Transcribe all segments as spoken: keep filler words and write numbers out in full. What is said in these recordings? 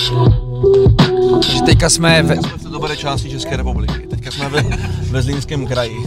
Takže teďka jsme ve... Jsme v té dobré části České republiky. Teďka jsme ve, ve Zlínském kraji.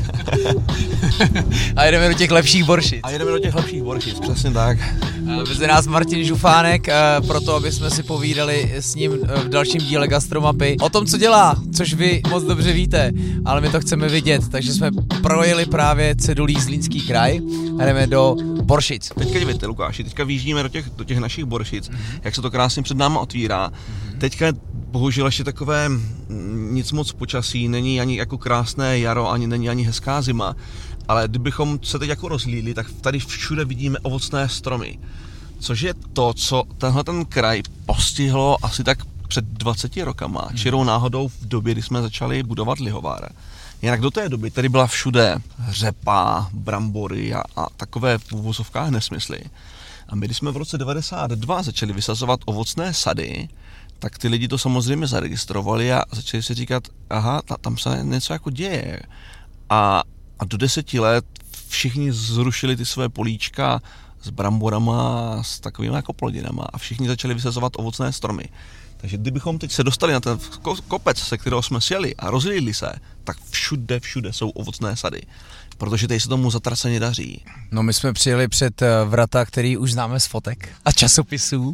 A jedeme do těch lepších Boršic. A jedeme do těch lepších Boršic, přesně tak. Veze nás Martin Žufánek, proto aby jsme si povídali s ním v dalším díle Gastromapy o tom, co dělá, což vy moc dobře víte, ale my to chceme vidět, takže jsme projeli právě cedulí Zlínský kraj a jdeme do Boršic. Teďka dívejte, Lukáši, teďka výjíždíme do těch, do těch našich Boršic, mm-hmm. jak se to krásně před náma otvírá. Mm-hmm. Teďka bohužel ještě takové nic moc počasí, není ani jako krásné jaro, ani není ani hezká zima. Ale kdybychom se teď jako rozhlídli, tak tady všude vidíme ovocné stromy. Což je to, co tenhle ten kraj postihlo asi tak před dvaceti rokama, hmm. čirou náhodou v době, kdy jsme začali budovat lihovár. Jinak do té doby tady byla všude řepa, brambory a, a takové v uvozovkách nesmysly. A my, když jsme v roce devadesát dva začali vysazovat ovocné sady, tak ty lidi to samozřejmě zaregistrovali a začali si říkat, aha, ta, tam se něco jako děje. A A do deseti let všichni zrušili ty své políčka s bramborama, s takovými jako plodinama a všichni začali vysazovat ovocné stromy. Takže kdybychom teď se dostali na ten kopec, se kterého jsme sjeli a rozlídli se, tak všude, všude jsou ovocné sady. Protože tady se tomu zatraceně daří. No my jsme přijeli před vrata, který už známe z fotek a časopisů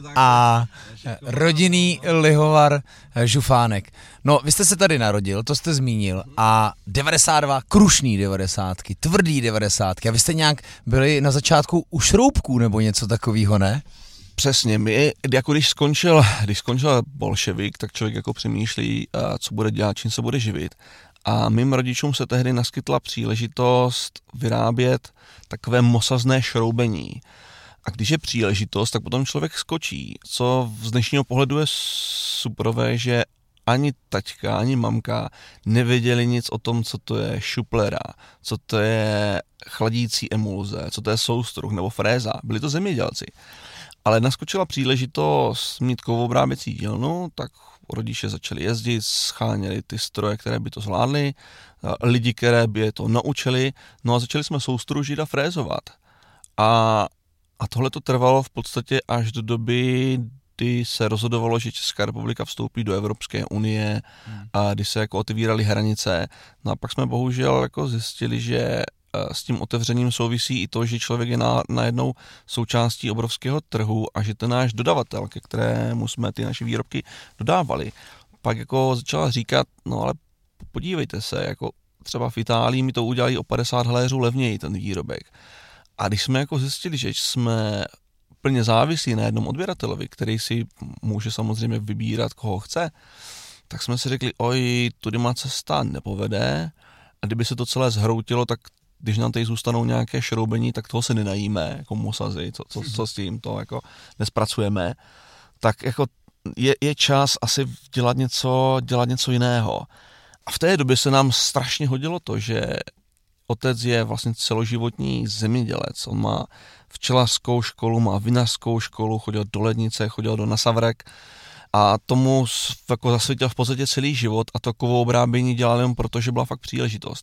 a rodinný lihovar Žufánek. No vy jste se tady narodil, to jste zmínil a devadesát dva, krušný devadesátky, tvrdý devadesátky a vy jste nějak byli na začátku u šroubků nebo něco takového, ne? Přesně, my, jako když skončil, když skončil bolševik, tak člověk jako přemýšlí, co bude dělat, čím se bude živit. A mým rodičům se tehdy naskytla příležitost vyrábět takové mosazné šroubení. A když je příležitost, tak potom člověk skočí. Co z dnešního pohledu je superové, že ani taťka, ani mamka nevěděli nic o tom, co to je šuplera, co to je chladící emulze, co to je soustruh nebo fréza. Byli to zemědělci. Ale naskočila příležitost mít kovovráběcí dílnu, tak rodiče začali jezdit, scháněli ty stroje, které by to zvládly, lidi, které by je to naučili, no a začali jsme soustružit a frézovat. A, a tohle to trvalo v podstatě až do doby, kdy se rozhodovalo, že Česká republika vstoupí do Evropské unie a kdy se jako otevíraly hranice. No a pak jsme bohužel jako zjistili, že s tím otevřením souvisí i to, že člověk je na, najednou součástí obrovského trhu a že ten náš dodavatel, ke kterému jsme ty naše výrobky dodávali, pak jako začala říkat, no ale podívejte se, jako třeba v Itálii mi to udělali o padesát haléřů levněji ten výrobek. A když jsme jako zjistili, že jsme plně závislí na jednom odběratelovi, který si může samozřejmě vybírat, koho chce, tak jsme si řekli, oj, tudy má cesta nepovede a kdyby se to celé zhroutilo, tak když nám tady zůstanou nějaké šroubení, tak toho se nenajíme, jako mosazy, co, co, co s tím, to jako nespracujeme, tak jako je, je čas asi dělat něco, dělat něco jiného. A v té době se nám strašně hodilo to, že otec je vlastně celoživotní zemědělec, on má včelařskou školu, má vinařskou školu, chodil do lednice, chodil do Nasavrek a tomu jako zasvětil v podstatě celý život a to kovoobrábění dělal jen proto, že byla fakt příležitost.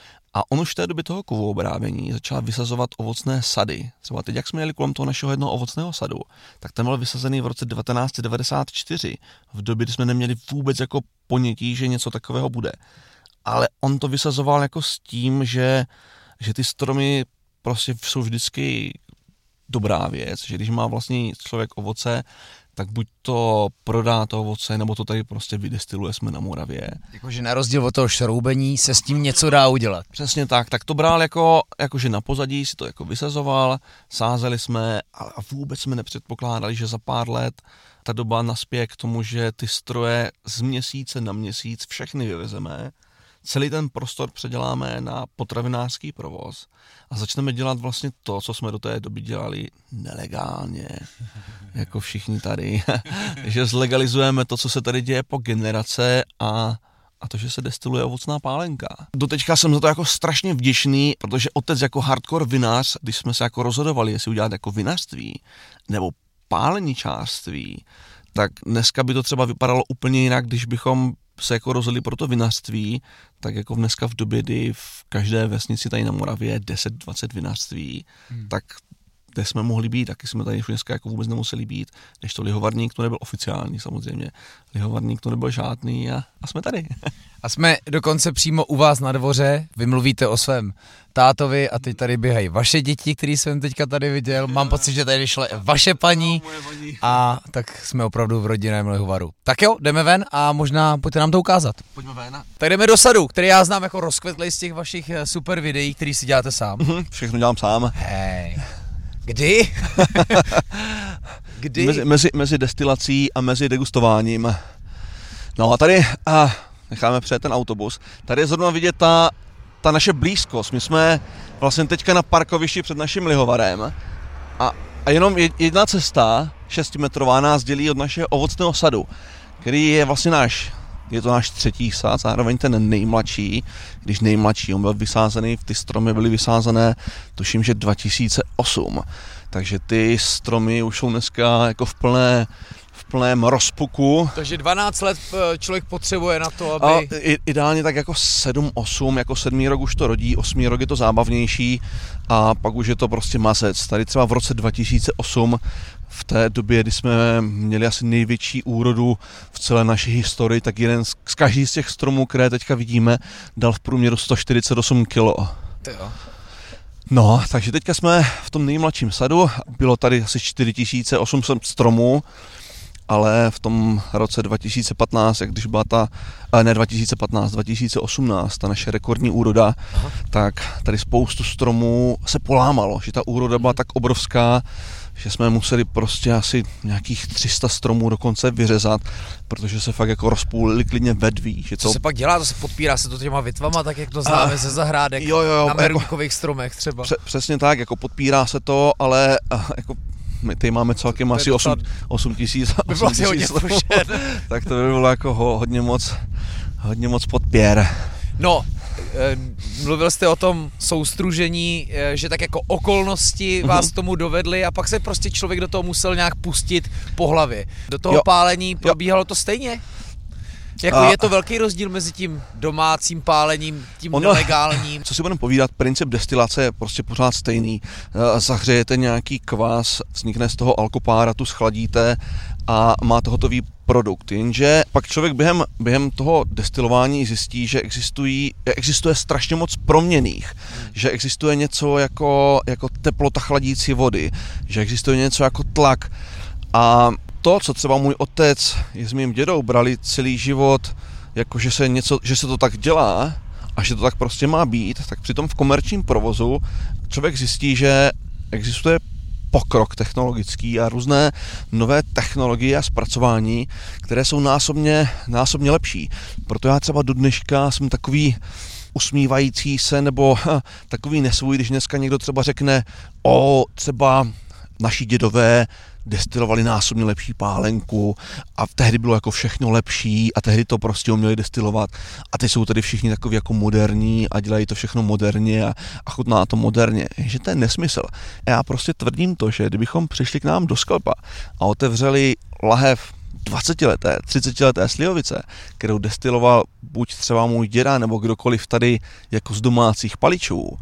A on už v té době toho kovoobrábění začal vysazovat ovocné sady. Třeba teď, jak jsme jeli kolem toho našeho jednoho ovocného sadu, tak ten byl vysazený v roce devatenáct set devadesát čtyři, v době, kdy jsme neměli vůbec jako ponětí, že něco takového bude. Ale on to vysazoval jako s tím, že, že ty stromy prostě jsou vždycky dobrá věc, že když má vlastně člověk ovoce, tak buď to prodá to ovoce, nebo to tady prostě vydestiluje, jsme na Moravě. Jakože na rozdíl od toho šroubení se s tím něco dá udělat. Přesně tak, tak to bral jako, jakože na pozadí si to jako vysazoval, sázeli jsme a vůbec jsme nepředpokládali, že za pár let ta doba naspěje k tomu, že ty stroje z měsíce na měsíc všechny vyvezeme, celý ten prostor předěláme na potravinářský provoz a začneme dělat vlastně to, co jsme do té doby dělali nelegálně, jako všichni tady, že zlegalizujeme to, co se tady děje po generace a, a to, že se destiluje ovocná pálenka. Doteďka jsem za to jako strašně vděčný, protože otec jako hardcore vinař, když jsme se jako rozhodovali, jestli udělat jako vinařství nebo páleničářství, tak dneska by to třeba vypadalo úplně jinak, když bychom se jako rozhodli pro to vinařství, tak jako dneska v době, kdy v každé vesnici tady na Moravě je deset dvacet vinařství, hmm. tak kde jsme mohli být, taky jsme tady dneska jako vůbec nemuseli být, než to lihovarník, to nebyl oficiální samozřejmě, lihovarník to nebyl žádný a, a jsme tady. A jsme dokonce přímo u vás na dvoře, vy mluvíte o svém tátovi a teď tady běhají vaše děti, který jsem teďka tady viděl, mám pocit, že tady šla vaše paní a tak jsme opravdu v rodinném lihovaru. Tak jo, jdeme ven a možná pojďte nám to ukázat. Pojďme ven. Tak jdeme do sadu, který já znám jako rozkvetlej z těch vašich super videí, který si děláte sám. Mhm, všechno dělám sám. Hej. Kdy? Kdy? Mezi, mezi, mezi destilací a mezi degustováním. No a tady a necháme přejet ten autobus. Tady je zrovna vidět ta, ta naše blízkost. My jsme vlastně teďka na parkovišti před naším lihovarem a, a jenom jedna cesta, šestimetrová, nás dělí od našeho ovocného sadu, který je vlastně náš, je to náš třetí sad, zároveň ten nejmladší, když nejmladší, on byl vysázený, ty stromy byly vysázené, tuším, že dva tisíce osm, takže ty stromy už jsou dneska jako v plné v plném rozpuku. Takže dvanáct let člověk potřebuje na to, aby... A ideálně tak jako sedm osm, jako sedmý rok už to rodí, osmý rok je to zábavnější a pak už je to prostě mazec. Tady třeba v roce dva tisíce osm, v té době, kdy jsme měli asi největší úrodu v celé naší historii, tak jeden z, z každý z těch stromů, které teďka vidíme, dal v průměru sto čtyřicet osm kilo. Jo. No, takže teďka jsme v tom nejmladším sadu, bylo tady asi čtyři tisíce osm set stromů, ale v tom roce dva tisíce patnáct, jak když byla ta, ne dva tisíce patnáct, dva tisíce osmnáct, ta naše rekordní úroda, aha, tak tady spoustu stromů se polámalo, že ta úroda byla tak obrovská, že jsme museli prostě asi nějakých tři sta stromů dokonce vyřezat, protože se fakt jako rozpůlili klidně vedví. Že to... Co se pak dělá? To se podpírá se to těma větvama, tak jak to známe a... ze zahrádek, jo, jo, jo, na merunkových jako... stromech třeba. Pře- přesně tak, jako podpírá se to, ale jako my tady máme celkem asi osm tisíc stromů, tak to by bylo jako ho, hodně moc, hodně moc podpěr. No, mluvil jste o tom soustružení, že tak jako okolnosti vás k tomu dovedly a pak se prostě člověk do toho musel nějak pustit po hlavě. Do toho jo. pálení probíhalo jo. to stejně? Jako a... je to velký rozdíl mezi tím domácím pálením, tím ono, nelegálním? Co si budeme povídat, princip destilace je prostě pořád stejný. Zahřejete nějaký kvas, vznikne z toho alkopára, tu schladíte a máte hotový produkt. Jenže pak člověk během, během toho destilování zjistí, že existují, existuje strašně moc proměnných, hmm. že existuje něco jako, jako teplota chladící vody, že existuje něco jako tlak a to, co třeba můj otec i s mým dědou brali celý život, jako že se, něco, že se to tak dělá a že to tak prostě má být, tak přitom v komerčním provozu člověk zjistí, že existuje pokrok technologický a různé nové technologie a zpracování, které jsou násobně, násobně lepší. Proto já třeba do dneška jsem takový usmívající se nebo ha, takový nesvůj, když dneska někdo třeba řekne o třeba naši dědové destilovali násobně lepší pálenku a tehdy bylo jako všechno lepší a tehdy to prostě uměli destilovat a teď jsou tady všichni takový jako moderní a dělají to všechno moderně a, a chutná to moderně. Že to je nesmysl. Já prostě tvrdím to, že kdybychom přišli k nám do sklepa a otevřeli lahev dvacetileté, třicetileté slivovice, kterou destiloval buď třeba můj děda nebo kdokoliv tady jako z domácích paličů,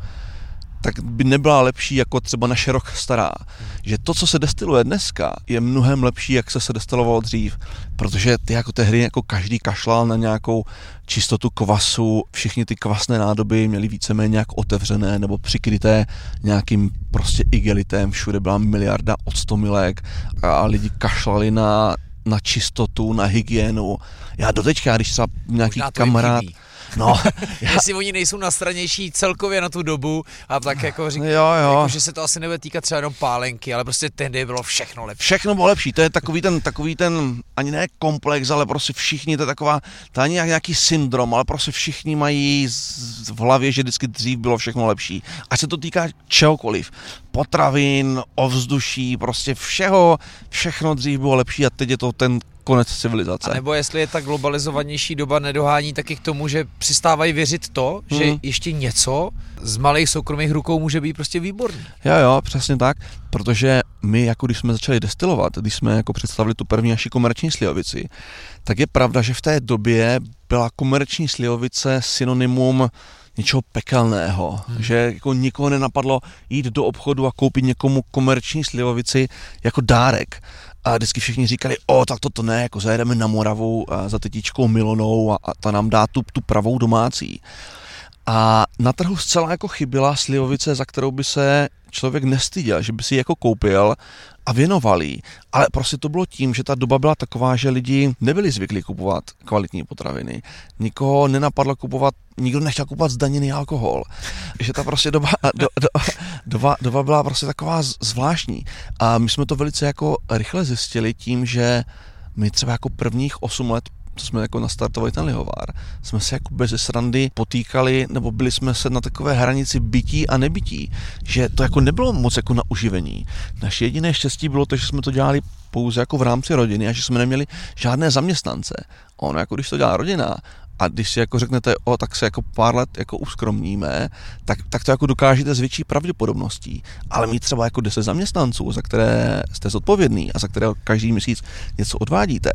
tak by nebyla lepší jako třeba naše rok stará. Že to, co se destiluje dneska, je mnohem lepší, jak se se destilovalo dřív, protože ty jako tehdy jako každý kašlal na nějakou čistotu kvasu, všichni ty kvasné nádoby měly víceméně nějak otevřené nebo přikryté nějakým prostě igelitem, všude byla miliarda octomilek a lidi kašlali na, na čistotu, na hygienu. Já doteďka, když třeba nějaký kamarád... No, já... Jestli oni nejsou nastranější celkově na tu dobu a tak jako říkám, jo, jo. Jako, že se to asi nebude týkat třeba jenom pálenky, ale prostě tehdy bylo všechno lepší. Všechno bylo lepší, to je takový ten, takový ten, ani ne komplex, ale prostě všichni, to je taková, to ani nějaký syndrom, ale prostě všichni mají v hlavě, že vždycky dřív bylo všechno lepší. Ať se to týká čehokoliv, potravin, ovzduší, prostě všeho, všechno dřív bylo lepší a teď je to ten konec civilizace. A nebo jestli je ta globalizovanější doba nedohání taky k tomu, že přistávají věřit to, že hmm. ještě něco z malých soukromých rukou může být prostě výborný. Jo, jo, přesně tak, protože my, jako když jsme začali destilovat, když jsme jako představili tu první naši komerční slivovici, tak je pravda, že v té době byla komerční slivovice synonymum něčeho pekelného, hmm. že jako nikoho nenapadlo jít do obchodu a koupit někomu komerční slivovici jako dárek. A vždycky všichni říkali, o, tak toto ne, jako zajedeme na Moravu za tetičkou Milonou a, a ta nám dá tu, tu pravou domácí. A na trhu zcela jako chyběla slivovice, za kterou by se člověk nestyděl, že by si ji jako koupil a věnoval jí. Ale prostě to bylo tím, že ta doba byla taková, že lidi nebyli zvyklí kupovat kvalitní potraviny. Nikoho nenapadlo kupovat, nikdo nechtěl kupovat zdaněný alkohol. Že ta prostě doba, do, do, doba, doba byla prostě taková zvláštní. A my jsme to velice jako rychle zjistili tím, že my třeba jako prvních osm let, co jsme jako nastartovali ten lihovár, jsme se jako bez srandy potýkali, nebo byli jsme se na takové hranici bytí a nebytí, že to jako nebylo moc jako na uživení. Naše jediné štěstí bylo to, že jsme to dělali pouze jako v rámci rodiny a že jsme neměli žádné zaměstnance. Ono jako když to dělá rodina a když si jako řeknete, o, tak se jako pár let jako uskromníme, tak, tak to jako dokážete s větší pravděpodobností. Ale mít třeba jako deset zaměstnanců, za které jste zodpovědný a za které každý měsíc něco odvádíte,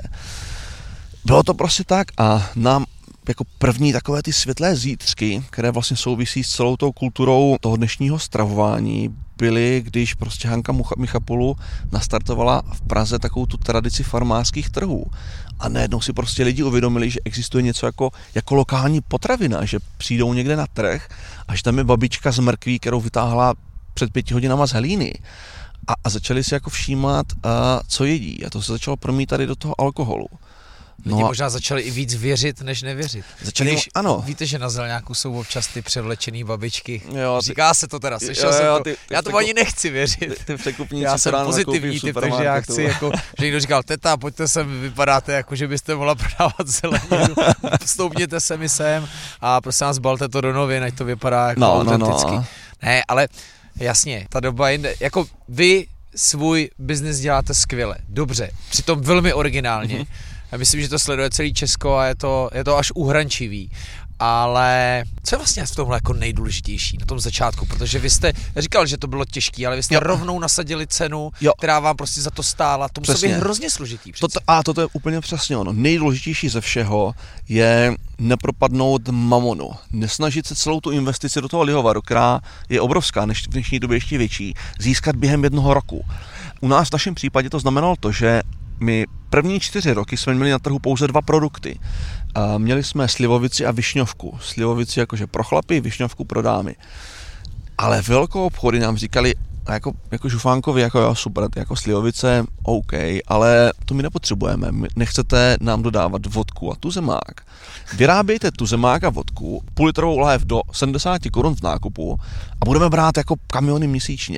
bylo to prostě tak a nám jako první takové ty světlé zítřky, které vlastně souvisí s celou tou kulturou toho dnešního stravování, byly, když prostě Hanka Michapolu nastartovala v Praze takovou tu tradici farmářských trhů. A najednou si prostě lidi uvědomili, že existuje něco jako, jako lokální potravina, že přijdou někde na trh a že tam je babička z mrkví, kterou vytáhla před pěti hodinama z Helíny. A, a začali si jako všímat, a, co jedí. A to se začalo promítat i do toho alkoholu. Lidi no, možná začali i víc věřit, než nevěřit. Začali, Když, ano. Víte, že na Zeleňáku jsou občas ty převlečený babičky. Jo, ty, Říká se to teda, slyšel jo, jsem jo, to. ty, ty já to překup, ani nechci věřit. Ty, ty já jsem pozitivní typ, takže já chci, jako, že někdo říkal, teta, pojďte sem, vypadáte, jako že byste mohla prodávat zeleninu, stoupněte se mi sem a prosím vás, balte to do novin, ať to vypadá jako no, autenticky. No, no. Ne, ale jasně, ta doba jinde, jako vy svůj biznis děláte skvěle, dobře, přitom velmi originálně. Mm-hmm. Já myslím, že to sleduje celý Česko a je to, je to až uhrančivý. Ale co je vlastně v tomhle jako nejdůležitější na tom začátku? Protože vy jste říkal, že to bylo těžké, ale vy jste jo. rovnou nasadili cenu, jo. která vám prostě za to stála. To muselo být hrozně složitý. Toto, a toto je úplně přesně ono. Nejdůležitější ze všeho je nepropadnout mamonu. Nesnažit se celou tu investici do toho lihovaru, která je obrovská, než v dnešní době ještě větší, získat během jednoho roku. U nás v našem případě to znamenalo to, že my první čtyři roky jsme měli na trhu pouze dva produkty. A měli jsme slivovici a višňovku. Slivovici jakože pro chlapy, višňovku pro dámy. Ale velkou obchody nám říkali, jako, jako žufánkovi, jako jo, super, jako slivovice, OK, ale to my nepotřebujeme. My nechcete nám dodávat vodku a tuzemák. Vyrábějte tuzemák a vodku, půl litrovou lahev do sedmdesát korun v nákupu a budeme brát jako kamiony měsíčně.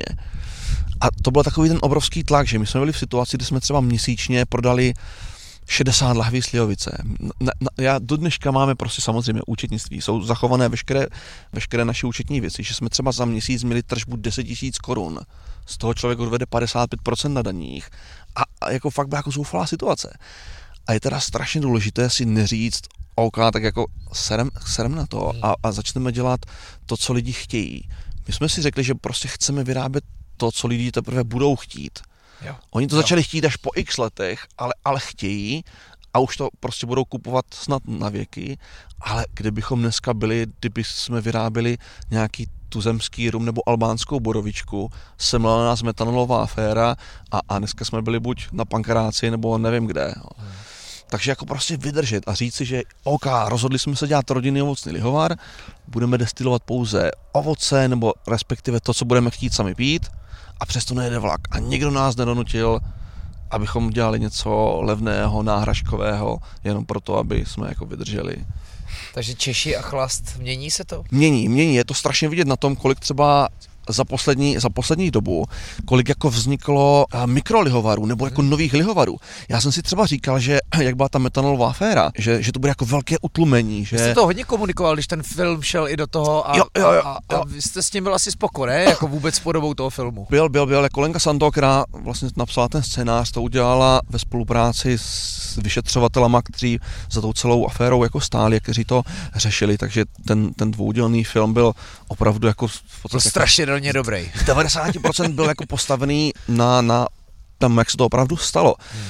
A to byl takový ten obrovský tlak, že my jsme byli v situaci, kdy jsme třeba měsíčně prodali šedesát lahví slivovice. Na, na, já do dneška máme prostě samozřejmě účetnictví, jsou zachované veškeré, veškeré naše účetní věci, že jsme třeba za měsíc měli tržbu deset tisíc korun, z toho člověk odvede padesát pět procent na daních a, a jako fakt byla jako zoufalá situace. A je teda strašně důležité si neříct, OK, tak jako serem, serem na to a, a začneme dělat to, co lidi chtějí. My jsme si řekli, že prostě chceme vyrábět to, co lidi teprve budou chtít. Jo. Oni to jo. začali chtít až po x letech, ale, ale chtějí a už to prostě budou kupovat snad na věky, ale kdybychom dneska byli, kdyby jsme vyráběli nějaký tuzemský rum nebo albánskou borovičku, semlela nás metanolová aféra a, a dneska jsme byli buď na Pankaráci nebo nevím kde. Hmm. Takže jako prostě vydržet a říct si, že OK, rozhodli jsme se dělat rodinný ovocný lihovar, budeme destilovat pouze ovoce nebo respektive to, co budeme chtít sami pít a přesto nejede vlak. A nikdo nás nedonutil, abychom dělali něco levného, náhražkového, jenom proto, aby jsme jako vydrželi. Takže Češi a chlast, mění se to? Mění, mění. Je to strašně vidět na tom, kolik třeba za poslední, za poslední dobu, kolik jako vzniklo mikrolihovarů nebo jako nových lihovarů. Já jsem si třeba říkal, že jak byla ta metanolová aféra, že, že to bude jako velké utlumení. Že... Vy jste to hodně komunikoval, když ten film šel i do toho a, jo, jo, jo, a, a vy jste s tím byl asi spokojený, ne? Jako vůbec s podobou toho filmu. Byl, byl, byl. Jako Lenka Santo, která vlastně napsala ten scénář, to udělala ve spolupráci s vyšetřovatelama, kteří za tou celou aférou jako stáli, kteří to řešili, takže ten, ten dvoudělný film byl opravdu jako... Byl strašně jako, dobrý. devadesát procent byl jako postavený na, na tam, jak se to opravdu stalo. Hmm.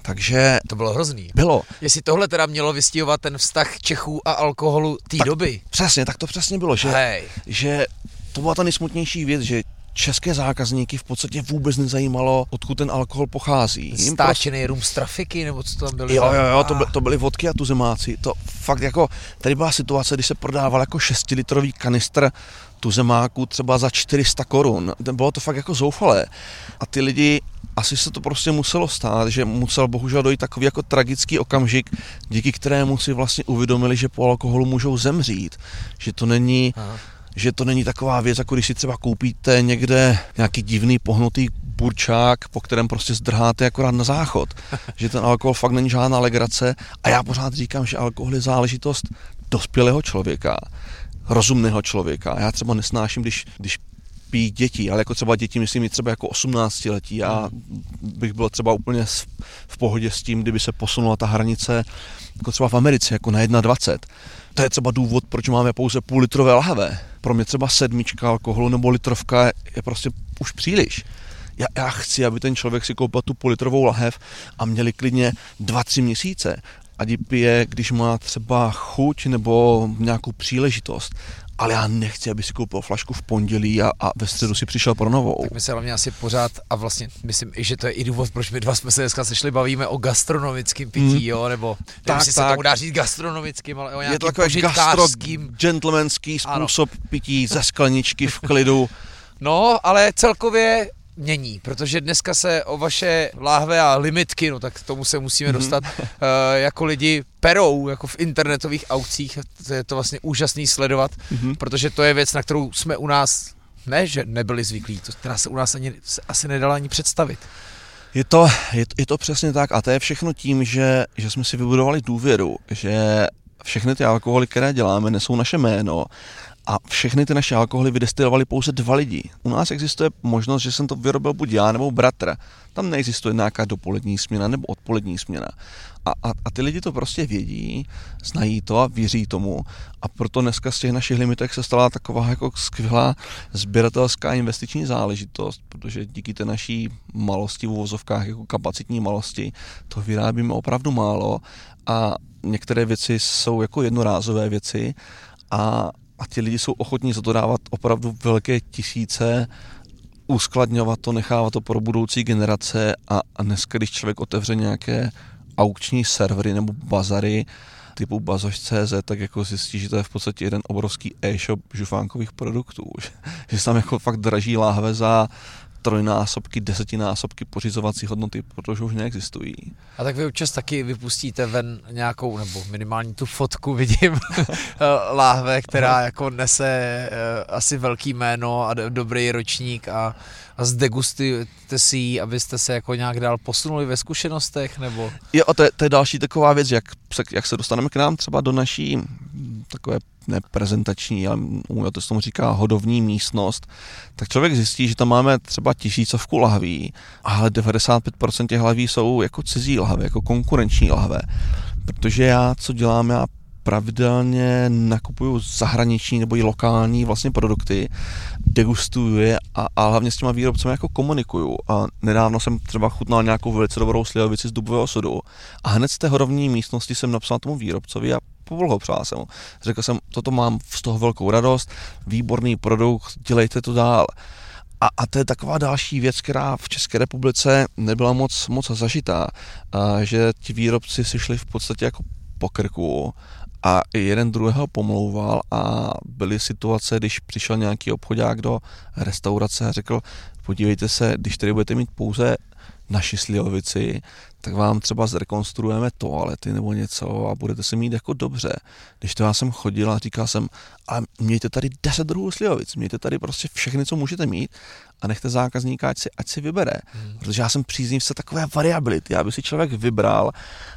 Takže... To bylo hrozný. Bylo. Jestli tohle teda mělo vystihovat ten vztah Čechů a alkoholu té doby. Přesně, tak to přesně bylo, že, že to byla ta nejsmutnější věc, že české zákazníky v podstatě vůbec nezajímalo, odkud ten alkohol pochází. Stáčený rum z trafiky, nebo co tam byly? Jo, jo, jo, to, by, to byly vodky a tuzemáci. To fakt jako, tady byla situace, kdy se prodával jako šestilitrový kanistr tuzemáku třeba za čtyři sta korun. Bylo to fakt jako zoufalé. A ty lidi, asi se to prostě muselo stát, že musel bohužel dojít takový jako tragický okamžik, díky kterému si vlastně uvědomili, že po alkoholu můžou zemřít. Že to není... Aha. že to není taková věc, jako když si třeba koupíte někde nějaký divný pohnutý burčák, po kterém prostě zdrháte akorát na záchod. Že ten alkohol fakt není žádná legrace a já pořád říkám, že alkohol je záležitost dospělého člověka, rozumného člověka. Já třeba nesnáším, když, když pijí děti, ale jako třeba děti, myslím, i třeba jako osmnáctiletí. Já bych byl třeba úplně v pohodě s tím, kdyby se posunula ta hranice jako třeba v Americe, jako na dvacet jedna. To je třeba důvod, proč máme pouze půl litrové lahve. Pro mě třeba sedmička alkoholu nebo litrovka je prostě už příliš. Já, já chci, aby ten člověk si koupil tu půl litrovou lahev a měli klidně dva, tři měsíce. Ať ji pije, když má třeba chuť nebo nějakou příležitost. Ale já nechci, aby si koupil flašku v pondělí a, a ve středu si přišel pro novou. Tak my se hlavně asi pořád, a vlastně myslím, že to je i důvod, proč my dva jsme se dneska sešli, bavíme o gastronomickém pití, mm. jo, nebo nevím, jestli se tomu dá říct gastronomickým, ale o nějakým je to takový gastro, gentlemanský způsob ano. pití ze skleničky v klidu. No, ale celkově mění, protože dneska se o vaše láhve a limitky, no tak k tomu se musíme mm-hmm. dostat, uh, jako lidi perou, jako v internetových aukcích, to je to vlastně úžasný sledovat, mm-hmm. protože to je věc, na kterou jsme u nás, ne, že nebyli zvyklí, to, která se u nás ani, se asi nedala ani představit. Je to, je, je to přesně tak a to je všechno tím, že, že jsme si vybudovali důvěru, že všechny ty alkoholy, které děláme, nesou naše jméno. A všechny ty naše alkoholy vydestilovali pouze dva lidi. U nás existuje možnost, že jsem to vyrobil buď já nebo bratr. Tam neexistuje nějaká dopolední směna nebo odpolední směna. A, a, a ty lidi to prostě vědí, znají to a věří tomu. A proto dneska z těch našich limitek se stala taková jako skvělá sběratelská investiční záležitost, protože díky té naší malosti v uvozovkách, jako kapacitní malosti, to vyrábíme opravdu málo a některé věci jsou jako jednorázové věci a A ti lidi jsou ochotní za to dávat opravdu velké tisíce, uskladňovat to, nechávat to pro budoucí generace a, a dneska, když člověk otevře nějaké aukční servery nebo bazary typu bazoš tečka cé zet, tak jako zjistí, že to je v podstatě jeden obrovský e-shop žufánkových produktů. Že, že se tam jako fakt draží láhve za trojnásobky, desetinásobky pořizovací hodnoty, protože už neexistují. A tak vy občas taky vypustíte ven nějakou, nebo minimálně tu fotku vidím, láhve, která jako nese asi velký jméno a dobrý ročník a, a zdegustujete si ji, abyste se jako nějak dál posunuli ve zkušenostech, nebo? Jo, a to je, to je další taková věc, jak se, jak se dostaneme k nám třeba do naší takové neprezentační, ale to se tomu říká hodovní místnost, tak člověk zjistí, že tam máme třeba tisícovku lahví, ale devadesát pět procent těch lahví jsou jako cizí lahve, jako konkurenční lahve. Protože já, co dělám, já pravidelně nakupuju zahraniční nebo i lokální vlastně produkty, degustuju je a, a hlavně s těma výrobcemi jako komunikuju. A nedávno jsem třeba chutnal nějakou velice dobrou slivovici z dubového sodu a hned z té hodovní místnosti jsem napsal tomu výrobcovi a poblahopřál jsem mu. Řekl jsem, toto mám z toho velkou radost, výborný produkt, dělejte to dál. A, a to je taková další věc, která v České republice nebyla moc, moc zažitá, a že ti výrobci si šli v podstatě jako po krku a jeden druhého pomlouval a byly situace, když přišel nějaký obchodák do restaurace a řekl, podívejte se, když tady budete mít pouze naši slivovici, tak vám třeba zrekonstruujeme toalety nebo něco a budete se mít jako dobře. Když to já jsem chodil a říkal jsem, ale mějte tady deset druhů slivovic, mějte tady prostě všechny, co můžete mít a nechte zákazníka, ať si, ať si vybere. Hmm. Protože já jsem příznivce takové variability, aby si člověk vybral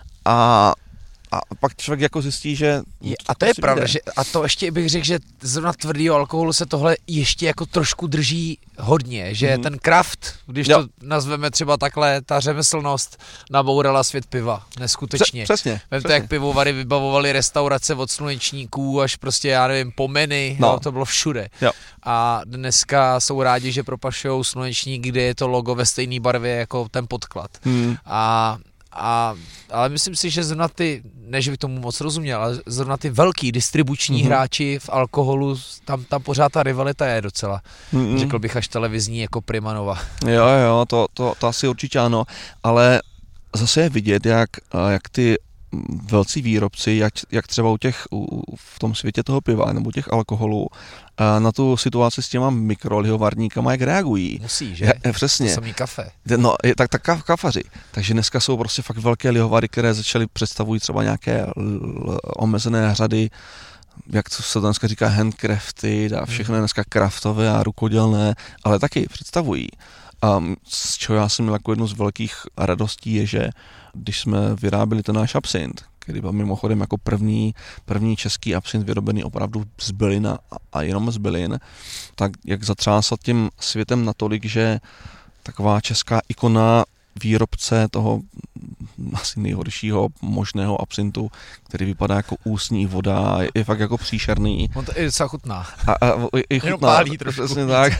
a A pak člověk jako zjistí, že... Je, a to je pravda, že, a to ještě bych řekl, že zrovna tvrdýho alkoholu se tohle ještě jako trošku drží hodně, že mm-hmm. ten craft, když jo. to nazveme třeba takhle, ta řemeslnost nabourala svět piva, neskutečně. Přesně. Vemte, jak pivovary vybavovali restaurace od slunečníků až prostě, já nevím, po meny, no. jo, to bylo všude. Jo. A dneska jsou rádi, že propašujou slunečník, kde je to logo ve stejné barvě jako ten podklad. Mm. A A, ale myslím si, že zrovna ty, ne, že by tomu moc rozuměl, ale zrovna ty velký distribuční mm-hmm. hráči v alkoholu, tam, tam pořád ta rivalita je docela, mm-hmm. řekl bych až televizní jako Primanova. Jo, jo, to, to, to asi určitě ano, ale zase je vidět, jak, jak ty velcí výrobci, jak, jak třeba u těch, u, v tom světě toho piva nebo těch alkoholů, na tu situaci s těma mikrolihovarníkama, jak reagují. Musí, že? Je, přesně. To samý kafe. No, je, tak, tak kafaři. Takže dneska jsou prostě fakt velké lihovary, které začaly, představují třeba nějaké l, l, omezené řady, jak se to dneska říká, handcrafted a všechno je dneska kraftové a rukodělné, ale taky představují. A z čeho já jsem měl jako jednu z velkých radostí je, že když jsme vyráběli ten náš absint, který byl mimochodem jako první, první český absint vyrobený opravdu z bylin a, a jenom z bylin, tak jak zatřásal tím světem natolik, že taková česká ikona výrobce toho asi nejhoršího možného absintu, který vypadá jako ústní voda, je, je fakt jako příšerný. On to je docela chutná. A, a, i chutná. Jenom pálí trošku. Přesně tak.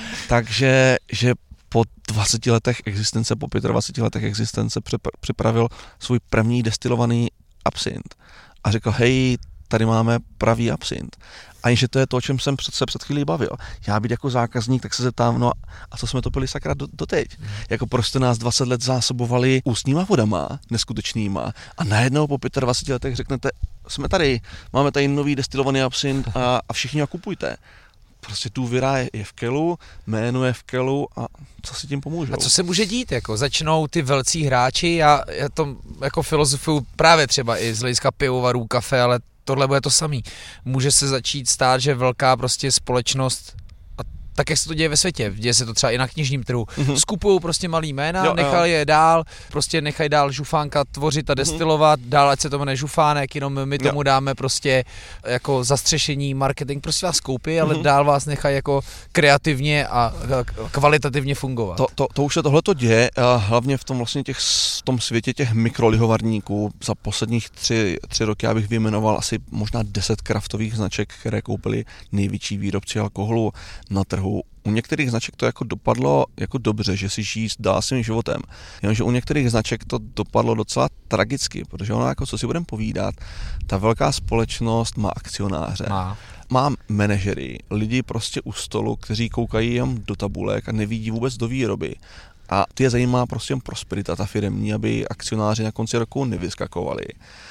Takže že po dvaceti letech existence, po dvaceti pěti letech existence připravil svůj první destilovaný absint a řekl, hej, tady máme pravý absint. Aniž to je to, o čem jsem se před chvílí bavil. Já být jako zákazník, tak se zeptám, no a co jsme to pili sakra do, doteď? Mm. Jako prostě nás dvacet let zásobovali ústníma vodama, neskutečnýma, a najednou po dvaceti pěti letech řeknete, jsme tady, máme tady nový destilovaný absint a, a všichni ho kupujte. Prostě důvěra je, je v kelu, jméno je v kelu a co si tím pomůžou. A co se může dít? Jako začnou ty velcí hráči, já, já to jako filozofuju právě třeba i z hlediska pivovarů, kafe, ale tohle bude to samý. Může se začít stát, že velká prostě společnost, a tak jak se to děje ve světě, děje se to třeba i na knižním trhu, mm-hmm. skupují prostě malý jména, jo, nechali jo. je dál, prostě nechají dál žufánka tvořit a destilovat, mm-hmm. dál ať se to jmenuje žufánek, jenom my tomu jo. dáme prostě jako zastřešení, marketing, prostě vás koupí, ale mm-hmm. dál vás nechají jako kreativně a kvalitativně fungovat. To, to, to už se tohleto děje, hlavně v tom vlastně těch, v tom světě těch mikrolihovarníků. Za posledních tři, tři roky já bych vyjmenoval asi možná deset kraftových značek, které koupili největší výrobci alkoholu na trhu. U některých značek to jako dopadlo jako dobře, že si žijí dál svým životem. Jenomže u některých značek to dopadlo docela tragicky, protože ono jako, co si budeme povídat, ta velká společnost má akcionáře, má, má manažery, lidi prostě u stolu, kteří koukají jen do tabulek a nevidí vůbec do výroby. A ty je zajímá prostě prosperita ta firemní, aby akcionáři na konci roku nevyskakovali.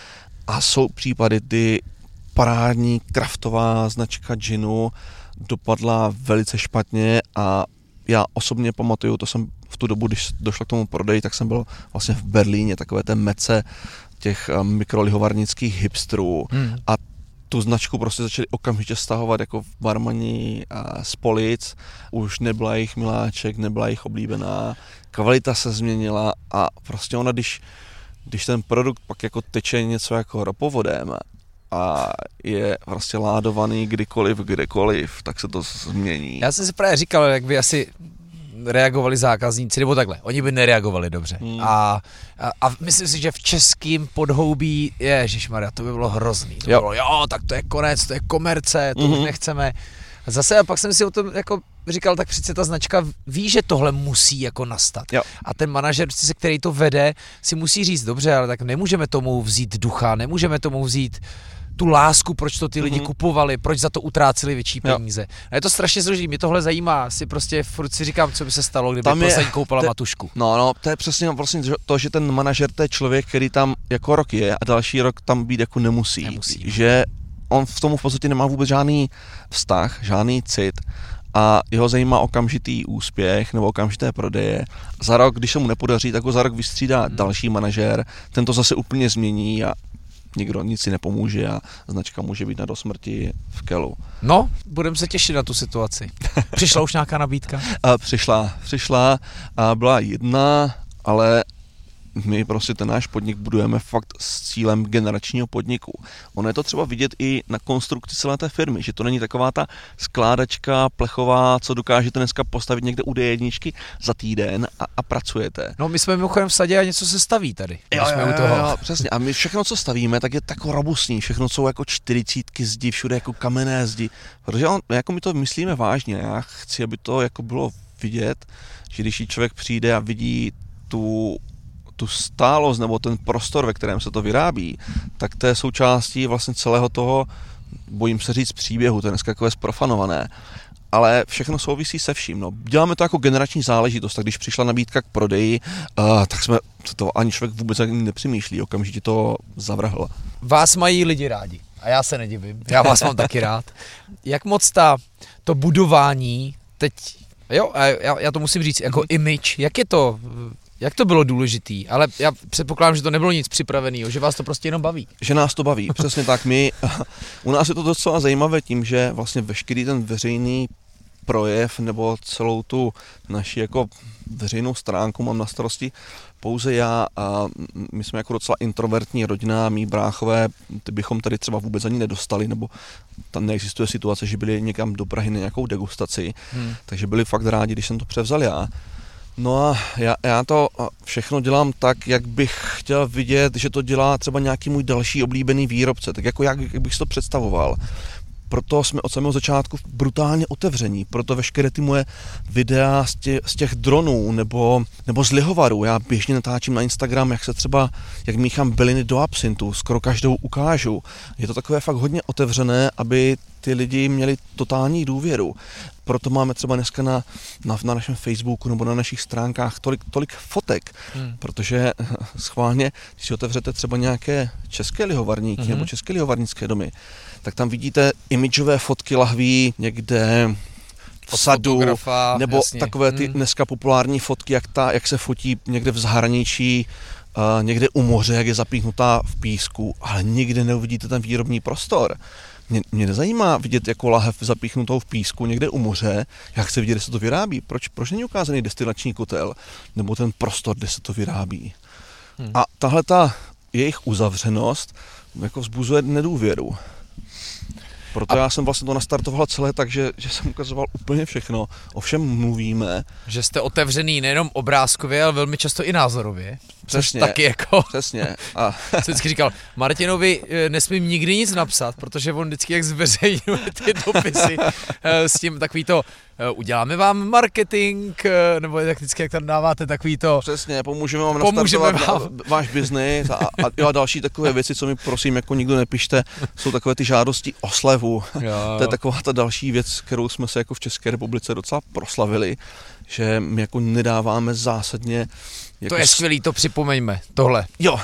A jsou případy, kdy parádní kraftová značka ginu dopadla velice špatně a já osobně pamatuju, to jsem v tu dobu, když došlo k tomu prodeji, tak jsem byl vlastně v Berlíně, takové té mece těch mikrolihovarnických hipsterů hmm. a tu značku prostě začali okamžitě stahovat jako barmani z polic, už nebyla jejich miláček, nebyla jejich oblíbená, kvalita se změnila a prostě ona, když, když ten produkt pak jako teče něco jako ropovodem a je prostě ládovaný kdykoliv, kdekoliv, tak se to změní. Já jsem si právě říkal, jak by asi reagovali zákazníci, nebo takhle, oni by nereagovali dobře. Hmm. A, a, a myslím si, že v českým podhoubí, ježišmarja, to by bylo hrozný. To by jo. bylo, jo, tak to je konec, to je komerce, to mm-hmm. už nechceme. A zase a pak jsem si o tom jako říkal, tak přece ta značka ví, že tohle musí jako nastat. Jo. A ten manažer, se který to vede, si musí říct, dobře, ale tak nemůžeme tomu vzít ducha, nemůžeme tomu vzít tu lásku, proč to ty lidi mm-hmm. kupovali, proč za to utráceli větší peníze. Jo. A je to strašně složitý, mě tohle zajímá, si prostě furt si říkám, co by se stalo, kdyby poslední koupila te, Matušku. No, no, to je přesně vlastně to, že ten manažer, to je člověk, který tam jako rok je a další rok tam být jako nemusí. nemusí. Že on v tomu v podstatě nemá vůbec žádný vztah, žádný cit a jeho zajímá okamžitý úspěch nebo okamžité prodeje. Za rok, když se mu nepodaří, tak ho za rok vystřídá hmm. další manažér, ten to zase úplně změní a nikdo nic si nepomůže a značka může být na dosmrti v kelu. No, budeme se těšit na tu situaci. Přišla už nějaká nabídka? A přišla, přišla a byla jedna, ale my prostě ten náš podnik budujeme fakt s cílem generačního podniku. Ono je to třeba vidět i na konstrukci celé té firmy, že to není taková ta skládačka plechová, co dokážete dneska postavit někde u dé jedna za týden a, a pracujete. No my jsme mimochodem v sadě a něco se staví tady. Jo, jsme jo, u toho. Jo, přesně. A my všechno, co stavíme, tak je tako robustní. Všechno jsou jako čtyřicítky zdi, všude jako kamenné zdi. Protože on, jako my to myslíme vážně. Já chci, aby to jako bylo vidět, že když člověk přijde a vidí tu tu stálost nebo ten prostor, ve kterém se to vyrábí, tak to je součástí vlastně celého toho, bojím se říct příběhu, to je dneska takové zprofanované, ale všechno souvisí se vším. No. Děláme to jako generační záležitost, tak když přišla nabídka k prodeji, uh, tak jsme to ani člověk vůbec ani nepřemýšlí, okamžitě to zavrhl. Vás mají lidi rádi a já se nedivím, já vás mám taky rád. Jak moc ta, to budování teď, jo, já, já to musím říct, jako image, jak je to, jak to bylo důležitý, ale já předpokládám, že to nebylo nic připraveného, že vás to prostě jenom baví. Že nás to baví, přesně tak. My, u nás je to docela zajímavé tím, že vlastně veškerý ten veřejný projev nebo celou tu naši jako veřejnou stránku mám na starosti pouze já a my jsme jako docela introvertní rodina, mý bráchové, ty bychom tady třeba vůbec ani nedostali, nebo tam neexistuje situace, že byli někam do Prahy na nějakou degustaci, hmm. takže byli fakt rádi, když jsem to převzal já. No a já, já to všechno dělám tak, jak bych chtěl vidět, že to dělá třeba nějaký můj další oblíbený výrobce, tak jako jak, jak bych si to představoval. Proto jsme od samého začátku brutálně otevření, proto veškeré ty moje videa z těch, z těch dronů nebo, nebo z lihovarů. Já běžně natáčím na Instagram, jak se třeba, jak míchám byliny do absintu, skoro každou ukážu. Je to takové fakt hodně otevřené, aby ty lidi měli totální důvěru. Proto máme třeba dneska na, na, na našem Facebooku nebo na našich stránkách tolik, tolik fotek, hmm. protože schválně, když si otevřete třeba nějaké české lihovarníky hmm. nebo české lihovarnické domy, tak tam vidíte imidžové fotky lahví někde v sadu, nebo jasně. takové ty dneska populární fotky, jak, ta, jak se fotí někde v zahraničí, uh, někde u moře, jak je zapíchnutá v písku, ale nikdy neuvidíte ten výrobní prostor. Mě, mě nezajímá vidět jako lahev zapíchnutou v písku někde u moře, já chci vidět, kde se to vyrábí. Proč, proč není ukázaný destilační kotel, nebo ten prostor, kde se to vyrábí. Hmm. A tahle ta jejich uzavřenost jako vzbuzuje nedůvěru. Proto a... já jsem vlastně to nastartoval celé tak, že, že jsem ukazoval úplně všechno, o všem mluvíme. Že jste otevřený nejenom obrázkově, ale velmi často i názorově. Přesně, taky jako... přesně. A... jsem vždycky říkal, Martinovi nesmím nikdy nic napsat, protože on vždycky jak zveřejňuje ty dopisy s tím takový to, uděláme vám marketing, nebo jak vždycky, jak tam dáváte takový to... Přesně, pomůžeme vám pomůžeme nastartovat vám. váš biznis a, a, a další takové věci, co mi prosím, jako nikdo nepište, jsou takové ty žádosti o slevu. Jo, jo. To je taková ta další věc, kterou jsme se jako v České republice docela proslavili, že my jako nedáváme zásadně... Jako to je skvělý, to připomeňme, tohle. Jo.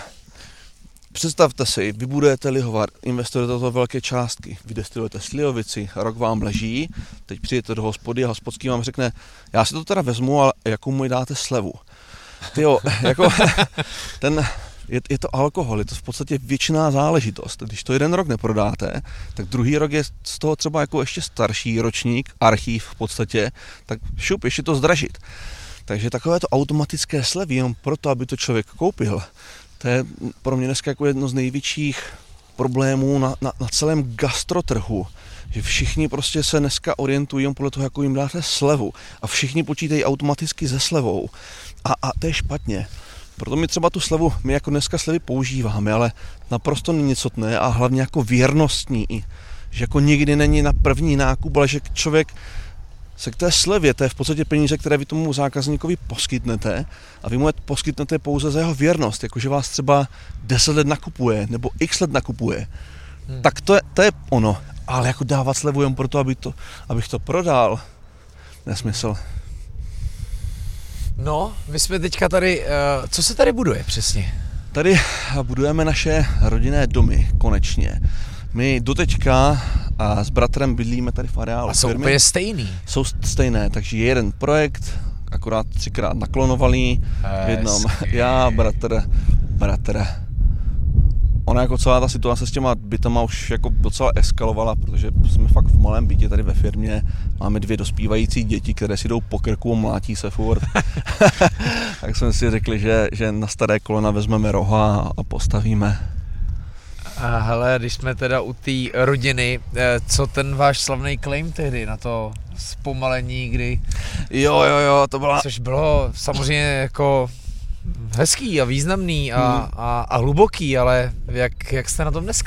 Představte si, vybudujete lihovar, investujete do toho velké částky, vydestilujete slivovici, rok vám leží, teď přijdete do hospody a hospodský vám řekne, já si to teda vezmu, ale jakou mu dáte slevu? Tyjo, jako ten, je, je to alkohol, je to v podstatě věčná záležitost. Když to jeden rok neprodáte, tak druhý rok je z toho třeba jako ještě starší ročník, archív v podstatě, tak šup, ještě to zdražit. Takže takové to automatické slevy, jenom proto, aby to člověk koupil, to je pro mě dneska jako jedno z největších problémů na, na, na celém gastrotrhu, že všichni prostě se dneska orientují podle toho, jako jim dáte slevu a všichni počítají automaticky se slevou a, a to je špatně. Proto my třeba tu slevu, my jako dneska slevy používáme, ale naprosto nicotné a hlavně jako věrnostní, že jako nikdy není na první nákup, ale že člověk se k té slevě, to je v podstatě peníze, které vy tomu zákazníkovi poskytnete a vy mu je poskytnete pouze za jeho věrnost, jakože vás třeba deset let nakupuje nebo x let nakupuje, hmm. tak to je, to je ono. Ale jako dávat slevu jen proto, aby to, abych to prodal, nesmysl. No, my jsme teďka tady, uh, co se tady buduje přesně? Tady budujeme naše rodinné domy, konečně. My doteďka a s bratrem bydlíme tady v areálu. A jsou firmy. Úplně stejný. Jsou stejné, takže je jeden projekt, akorát třikrát naklonovaný, v jednom já, bratr, bratr. Ona jako celá ta situace s těma bytama už jako docela eskalovala, protože jsme fakt v malém bytě tady ve firmě, máme dvě dospívající děti, které si jdou po krku a mlátí se furt. Tak jsme si řekli, že, že na staré kolena vezmeme roha a postavíme. A hele, když jsme teda u té rodiny, co ten váš slavný claim tehdy na to zpomalení, kdy... Jo, jo, jo, to byla... Což bylo samozřejmě jako hezký a významný a, hmm. a, a hluboký, ale jak, jak jste na tom dneska?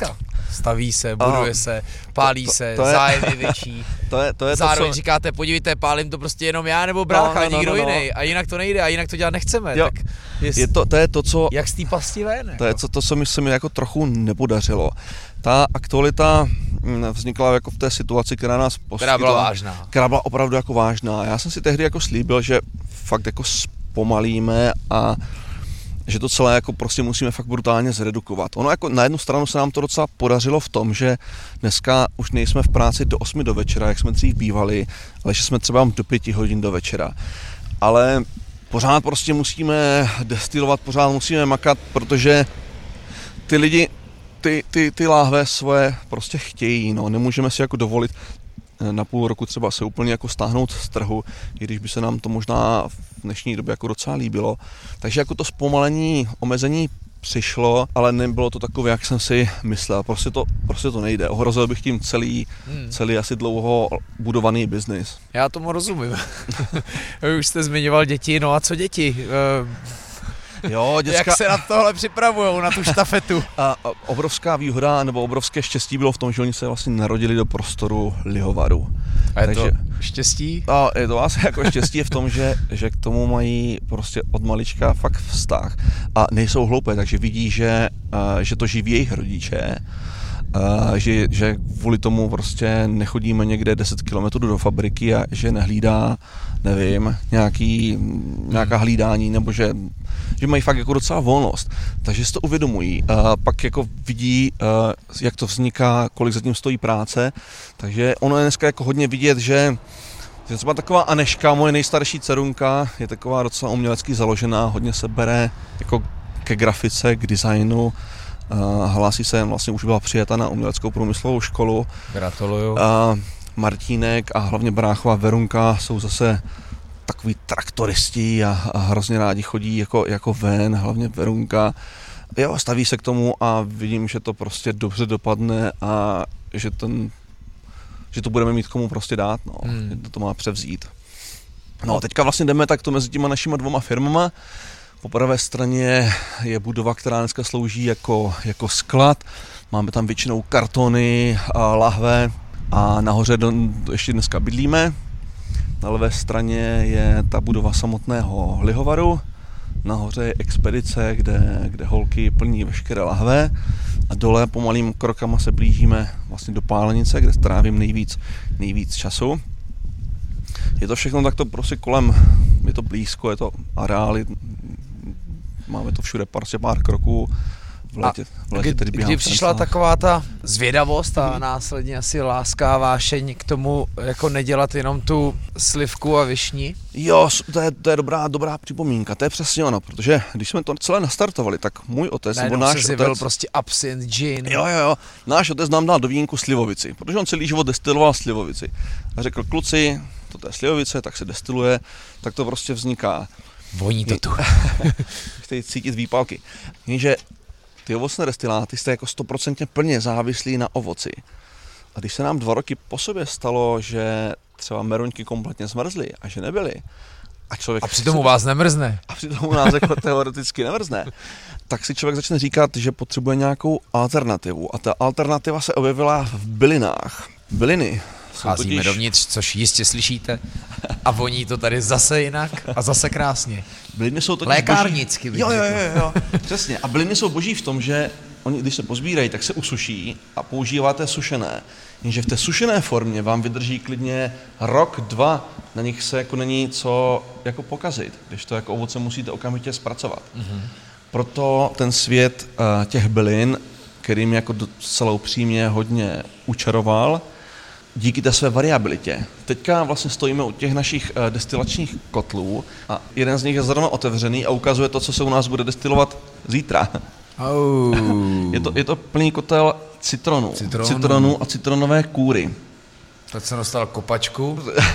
staví se, buduje se, pálí to, to, se, to je, zájem je větší. To je, to je Zároveň to, co... říkáte, podívejte, pálím to prostě jenom já nebo brácha, no, no, nikdo no, no, jiný. A jinak to nejde a jinak to dělat nechceme. Jo, tak jest, je to, to je to, co... Jak z té pasti ven. To je to, to, co mi se mi jako trochu nepodařilo. Ta aktualita vznikla jako v té situaci, která nás poskytla. Která byla vážná. Která byla opravdu jako vážná. Já jsem si tehdy jako slíbil, že fakt jako zpomalíme a že to celé jako prostě musíme fakt brutálně zredukovat. Ono jako na jednu stranu se nám to docela podařilo v tom, že dneska už nejsme v práci do osmi do večera, jak jsme dřív bývali, ale že jsme třeba do pěti hodin do večera. Ale pořád prostě musíme destilovat, pořád musíme makat, protože ty lidi ty, ty, ty láhve svoje prostě chtějí, no, nemůžeme si jako dovolit na půl roku třeba se úplně jako stáhnout z trhu, i když by se nám to možná v dnešní době jako docela líbilo. Takže jako to zpomalení, omezení přišlo, ale nebylo to takové, jak jsem si myslel. Prostě to, prostě to nejde. Ohrozil bych tím celý, hmm. celý asi dlouho budovaný biznis. Já tomu rozumím. Vy už jste zmiňoval děti, no a co děti? Jo, děcka... Jak se na tohle připravujou, na tu štafetu? A, a obrovská výhoda nebo obrovské štěstí bylo v tom, že oni se vlastně narodili do prostoru lihovaru. A je Takže, to štěstí? A je to vlastně jako štěstí v tom, že, že k tomu mají prostě od malička fakt vztah a nejsou hloupé, takže vidí, že, uh, že to živí jejich rodiče, uh, že, že kvůli tomu prostě nechodíme někde deset kilometrů do fabriky a že nehlídá, nevím, nějaký, nějaká hlídání, nebo že že mají fakt jako docela volnost, takže si to uvědomují. A pak jako vidí, jak to vzniká, kolik zatím stojí práce, takže ono je dneska jako hodně vidět, že že třeba taková Aneška, moje nejstarší dcerunka, je taková docela umělecky založená, hodně se bere jako ke grafice, k designu, hlásí se, vlastně už byla přijata na uměleckou průmyslovou školu. Gratuluju. A Martínek a hlavně bráchová Verunka jsou zase takový traktoristi a, a hrozně rádi chodí jako, jako ven, hlavně Verunka. Jo, staví se k tomu a vidím, že to prostě dobře dopadne a že, ten, že to budeme mít komu prostě dát, no, hmm. že to má převzít. No a teďka vlastně jdeme takto mezi těma našima dvoma firmama. Po pravé straně je budova, která dneska slouží jako, jako sklad. Máme tam většinou kartony a lahve a nahoře do, ještě dneska bydlíme. Na levé straně je ta budova samotného lihovaru, nahoře je expedice, kde, kde holky plní veškeré lahve a dole pomalým krokama se blížíme vlastně do pálenice, kde strávím nejvíc, nejvíc času. Je to všechno takto prostě kolem, je to blízko, je to areály, máme to všude prostě pár kroků. V létě, v létě kdy, kdy přišla taková ta zvědavost a následně asi láska a vášeň k tomu, jako nedělat jenom tu slivku a višni? Jo, to je, to je dobrá, dobrá připomínka, to je přesně ono, protože když jsme to celé nastartovali, tak můj otec, nebo náš se otec... prostě absint, gin. Jo, jo, jo, náš otec nám dal do vínku slivovici, protože on celý život destiloval slivovici. A řekl, kluci, to je slivovice, tak se destiluje, tak to prostě vzniká. Voní to tu. Chtějí cítit výpalky. Jenže ty ovocné destiláty jste jako stoprocentně plně závislí na ovoci. A když se nám dva roky po sobě stalo, že třeba meruňky kompletně zmrzly a že nebyly, a člověk... A přitom u vás nemrzne. A přitom u nás jako teoreticky nemrzne. Tak si člověk začne říkat, že potřebuje nějakou alternativu. A ta alternativa se objevila v bylinách. Byliny. Cházíme totiž... dovnitř, což jistě slyšíte. A voní to tady zase jinak a zase krásně. Byliny jsou totiž lékárnicky boží... jo, jo, jo, jo, přesně. A byliny jsou boží v tom, že oni, když se pozbírají, tak se usuší a používáte sušené. Jenže v té sušené formě vám vydrží klidně rok, dva, na nich se jako není co jako pokazit, když to jako ovoce musíte okamžitě zpracovat. Mm-hmm. Proto ten svět uh, těch bylin, kterým jako docela upřímně hodně učaroval, díky té své variabilitě. Teďka vlastně stojíme u těch našich uh, destilačních kotlů a jeden z nich je zrovna otevřený a ukazuje to, co se u nás bude destilovat zítra. Oh. je, to, je to plný kotel citronu, citronu. citronu a citronové kůry. Tak jsem dostal kopačku.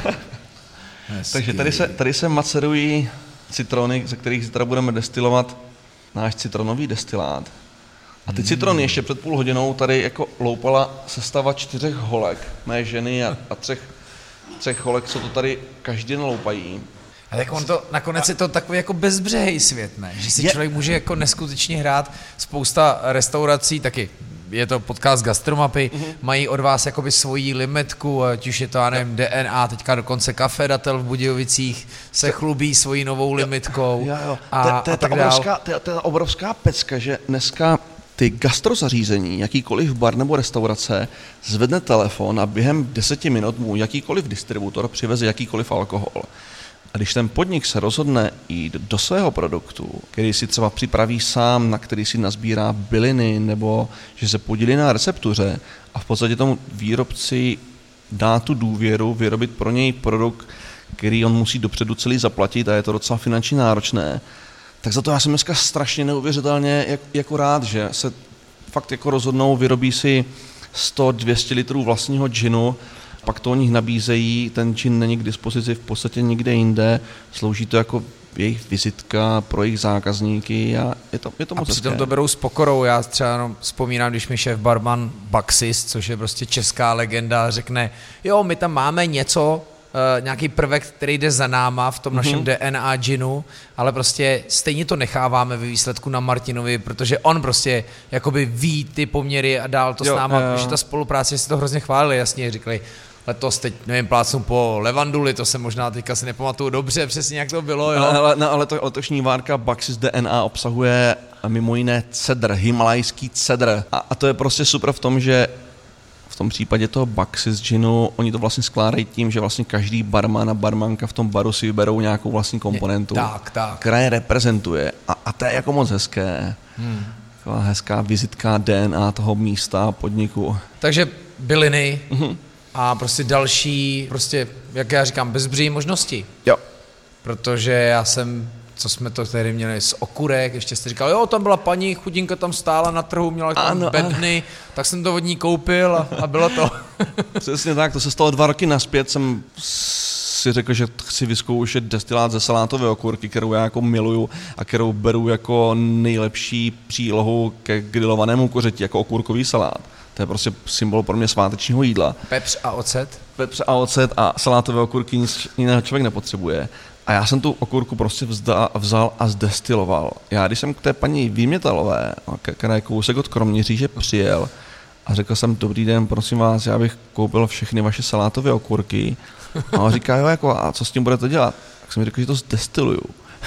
Takže tady se, tady se macerují citrony, ze kterých zítra budeme destilovat náš citronový destilát. A ty citrony ještě před půl hodinou tady jako loupala sestava čtyřech holek, mé ženy a, a třech, třech holek, co to tady každý den loupají. A tak on to, nakonec je to takový jako bezbřehej svět, ne? Že si je... člověk může jako neskutečně hrát, spousta restaurací, taky je to podcast Gastromapy, Mhm. mají od vás jakoby svoji limitku, ať už je to, já nevím, D N A, teďka dokonce Café Datel v Budějovicích se chlubí svojí novou limitkou Jo, jo. a, To je- to je a ta tak dál. obrovská- to je- to je ta obrovská pecka, že dneska ty gastrozařízení, jakýkoliv bar nebo restaurace, zvedne telefon a během deseti minut mu jakýkoliv distributor přiveze jakýkoliv alkohol. A když ten podnik se rozhodne jít do svého produktu, který si třeba připraví sám, na který si nazbírá byliny, nebo že se podílí na receptuře a v podstatě tomu výrobci dá tu důvěru vyrobit pro něj produkt, který on musí dopředu celý zaplatit a je to docela finančně náročné, tak za to já jsem dneska strašně neuvěřitelně jak, jako rád, že se fakt jako rozhodnou, vyrobí si sto dvě stě litrů vlastního džinu, pak to o nich nabízejí, ten džin není k dispozici v podstatě nikde jinde, slouží to jako jejich vizitka pro jejich zákazníky a je to, je to A moc přitom hezké. to berou s pokorou. Já třeba jenom vzpomínám, když mi šéf barman Baxis, což je prostě česká legenda, řekne, jo, my tam máme něco, uh, nějaký prvek, který jde za náma v tom mm-hmm. našem D N A džinu, ale prostě stejně to necháváme ve výsledku na Martinovi, protože on prostě jakoby ví ty poměry a dál to Jo, s náma, jo. že ta spolupráce si to hrozně chválili, jasně říkali, letos teď, nevím, plácnu po levanduli, to se možná teďka si nepamatuju dobře, přesně jak to bylo, jo. Ale, ale, no, ale to letošní várka Baxis D N A obsahuje mimo jiné cedr, himalajský cedr. A, a to je prostě super v tom, že v tom případě toho Baxis ginu, oni to vlastně skládají tím, že vlastně každý barman a barmanka v tom baru si vyberou nějakou vlastní komponentu, Tak, tak. která je reprezentuje. A, a to je jako moc hezké. Hmm. Taková hezká vizitka D N A toho místa, podniku. Takže byliny Mhm. a prostě další, prostě, jak já říkám, bezbří možnosti. Jo. Protože já jsem, co jsme to tady měli z okurek, ještě jste říkal, jo, tam byla paní, chudinka tam stála na trhu, měla tam Ano, bedny, tak jsem to od ní koupil a, a bylo to. Přesně tak, to se stalo dva roky naspět, jsem si řekl, že chci vyzkoušet destilát ze salátové okurky, kterou já jako miluju a kterou beru jako nejlepší přílohu ke grillovanému kořeti, jako okurkový salát. To je prostě symbol pro mě svátečního jídla. Pepř a ocet. Pepř a ocet a salátové okurky nic jiného člověk nepotřebuje. A já jsem tu okurku prostě vzda, vzal a zdestiloval. Já když jsem k té paní Výmětalové, která je kousek od Kroměříže, přijel a řekl jsem, dobrý den, prosím vás, já bych koupil všechny vaše salátové okurky. A on říká, jo, jako, a co s tím budete dělat? Tak jsem mi řekl, že to zdestiluju.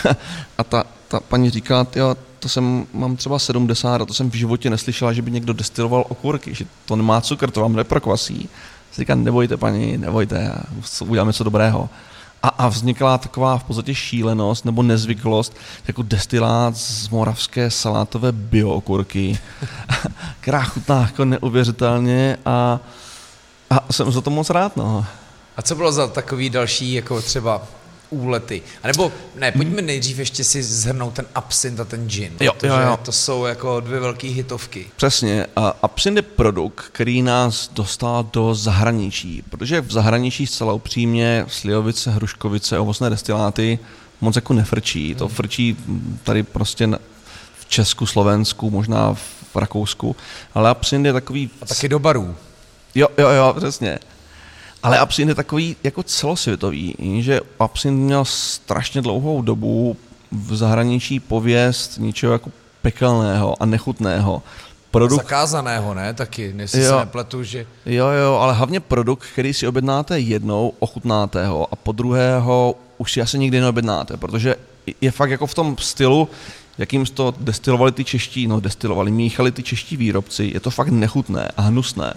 A ta, ta paní říká, jo, to jsem, mám třeba sedmdesát a to jsem v životě neslyšela, že by někdo destiloval okurky, že to nemá cukr, to vám neprokvasí. Říká, nebojte paní, nebojte, uděláme něco dobrého. A, a vznikla taková v podstatě šílenost nebo nezvyklost, jako destilát z moravské salátové biookurky, která chutná jako neuvěřitelně a, a jsem za to moc rád. No. A co bylo za takový další, jako třeba úlety? A nebo, ne, pojďme nejdřív ještě si zhrnout ten absint a ten gin, Jo, protože jo, jo. to jsou jako dvě velké hitovky. Přesně. A absint je produkt, který nás dostal do zahraničí, protože v zahraničí zcela upřímně slivovice, hruškovice, ovocné destiláty moc jako nefrčí. To frčí tady prostě na- v Česku, Slovensku, možná v Rakousku, ale absint je takový... A taky do barů. Jo, jo, jo, přesně. Ale absint je takový jako celosvětový, že absint měl strašně dlouhou dobu v zahraničí pověst něčeho jako pekelného a nechutného. Produkt, Zakázaného, ne? Taky, jestli Jo. se nepletu, že... jo, jo, ale hlavně produkt, který si objednáte jednou, ochutnáte ho a po druhého už si asi nikdy neobjednáte, protože je fakt jako v tom stylu, jakým to destilovali ty čeští, no destilovali, míchali ty čeští výrobci, je to fakt nechutné a hnusné.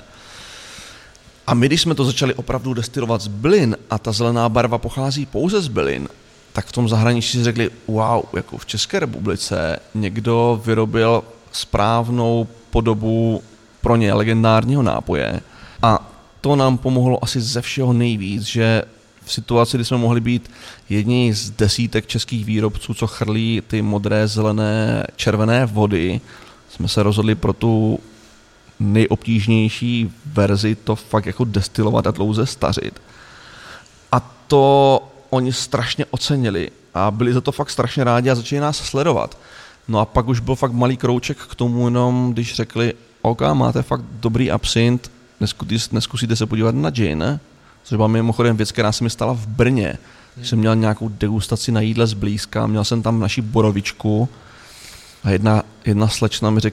A my, když jsme to začali opravdu destilovat z bylin a ta zelená barva pochází pouze z bylin, tak v tom zahraničí si řekli, wow, jako v České republice někdo vyrobil správnou podobu pro ně legendárního nápoje a to nám pomohlo asi ze všeho nejvíc, že v situaci, kdy jsme mohli být jedni z desítek českých výrobců, co chrlí ty modré, zelené, červené vody, jsme se rozhodli pro tu nejobtížnější verzi to fakt jako destilovat a dlouze stařit. A to oni strašně ocenili a byli za to fakt strašně rádi a začali nás sledovat. No a pak už byl fakt malý krouček k tomu jenom, když řekli, OK, máte fakt dobrý absint, neskusíte, neskusíte se podívat na gin, což byla mimochodem věc, která se mi stala v Brně. Hmm. Jsem měl nějakou degustaci na jídle zblízka, měl jsem tam naši borovičku a jedna, jedna slečna mi řekla,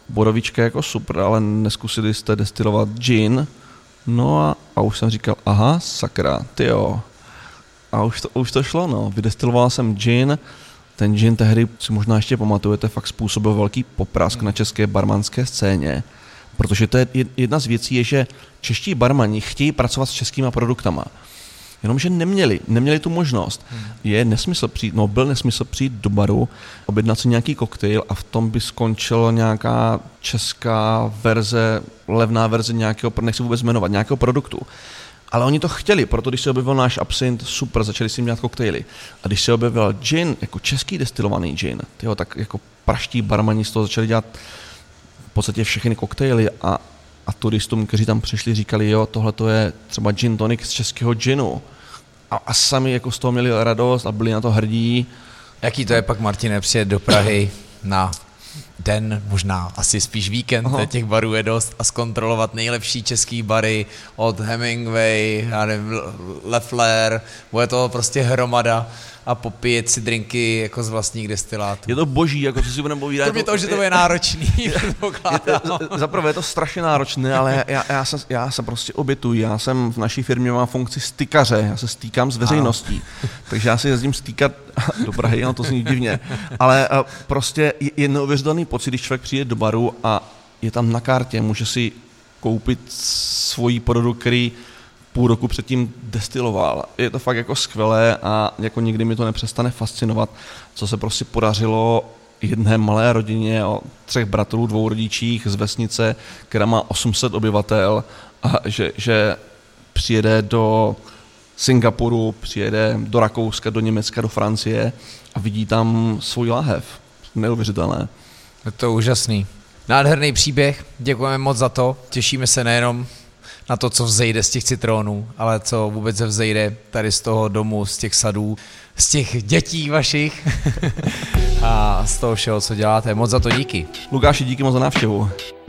borovička jako super, ale neskusili jste destilovat gin. No a, a už jsem říkal, aha, sakra, tyjo. A už to, už to šlo, no. Vydestiloval jsem gin. Ten gin tehdy, si možná ještě pamatujete, fakt způsobil velký poprask na české barmanské scéně. Protože to je jedna z věcí, je, že čeští barmani chtějí pracovat s českýma produktama. Jenomže neměli, neměli tu možnost. Je nesmysl přijít, no byl nesmysl přijít do baru, objednat si nějaký koktejl a v tom by skončila nějaká česká verze, levná verze nějakého, nechci vůbec jmenovat, nějakého produktu. Ale oni to chtěli, proto když se objevil náš absint, super, začali si dělat koktejly. A když se objevil gin, jako český destilovaný gin, tyjo, tak jako praští barmani z toho začali dělat v podstatě všechny koktejly a, a turistům, kteří tam přišli, říkali, jo, tohle to je třeba gin tonic z českého ginu. A, a sami jako z toho měli radost a byli na to hrdí. Jaký to je pak, Martine, přijet do Prahy na den, možná asi spíš víkend, Aha. těch barů je dost a zkontrolovat nejlepší český bary od Hemingway, já nevím, Leffler, bude to prostě hromada a popít si drinky jako z vlastních destilátů. Je to boží, jako co si budeme povídat. Kromě toho, že to je náročný. Zaprvé je to strašně náročné, ale já, já, se, já se prostě obětuji. Já jsem v naší firmě mám funkci stykaře, já se stýkám s veřejností. Ano. Takže já si jezdím stýkat do Prahy, no to zní divně. Ale prostě je, je neuvěřitelný pocit, když člověk přijde do baru a je tam na kartě, může si koupit svůj produkt, který půl roku předtím destiloval. Je to fakt jako skvělé a jako nikdy mi to nepřestane fascinovat, co se prostě podařilo jedné malé rodině o třech bratrů, dvou rodičích z vesnice, která má osm set obyvatel a že, že přijede do Singapuru, přijede do Rakouska, do Německa, do Francie a vidí tam svůj láhev. Neuvěřitelné. Je to úžasný. Nádherný příběh, děkujeme moc za to, těšíme se nejenom na to, co vzejde z těch citronů, ale co vůbec vzejde tady z toho domu, z těch sadů, z těch dětí vašich a z toho všeho, co děláte. Moc za to díky. Lukáši, díky moc za návštěvu.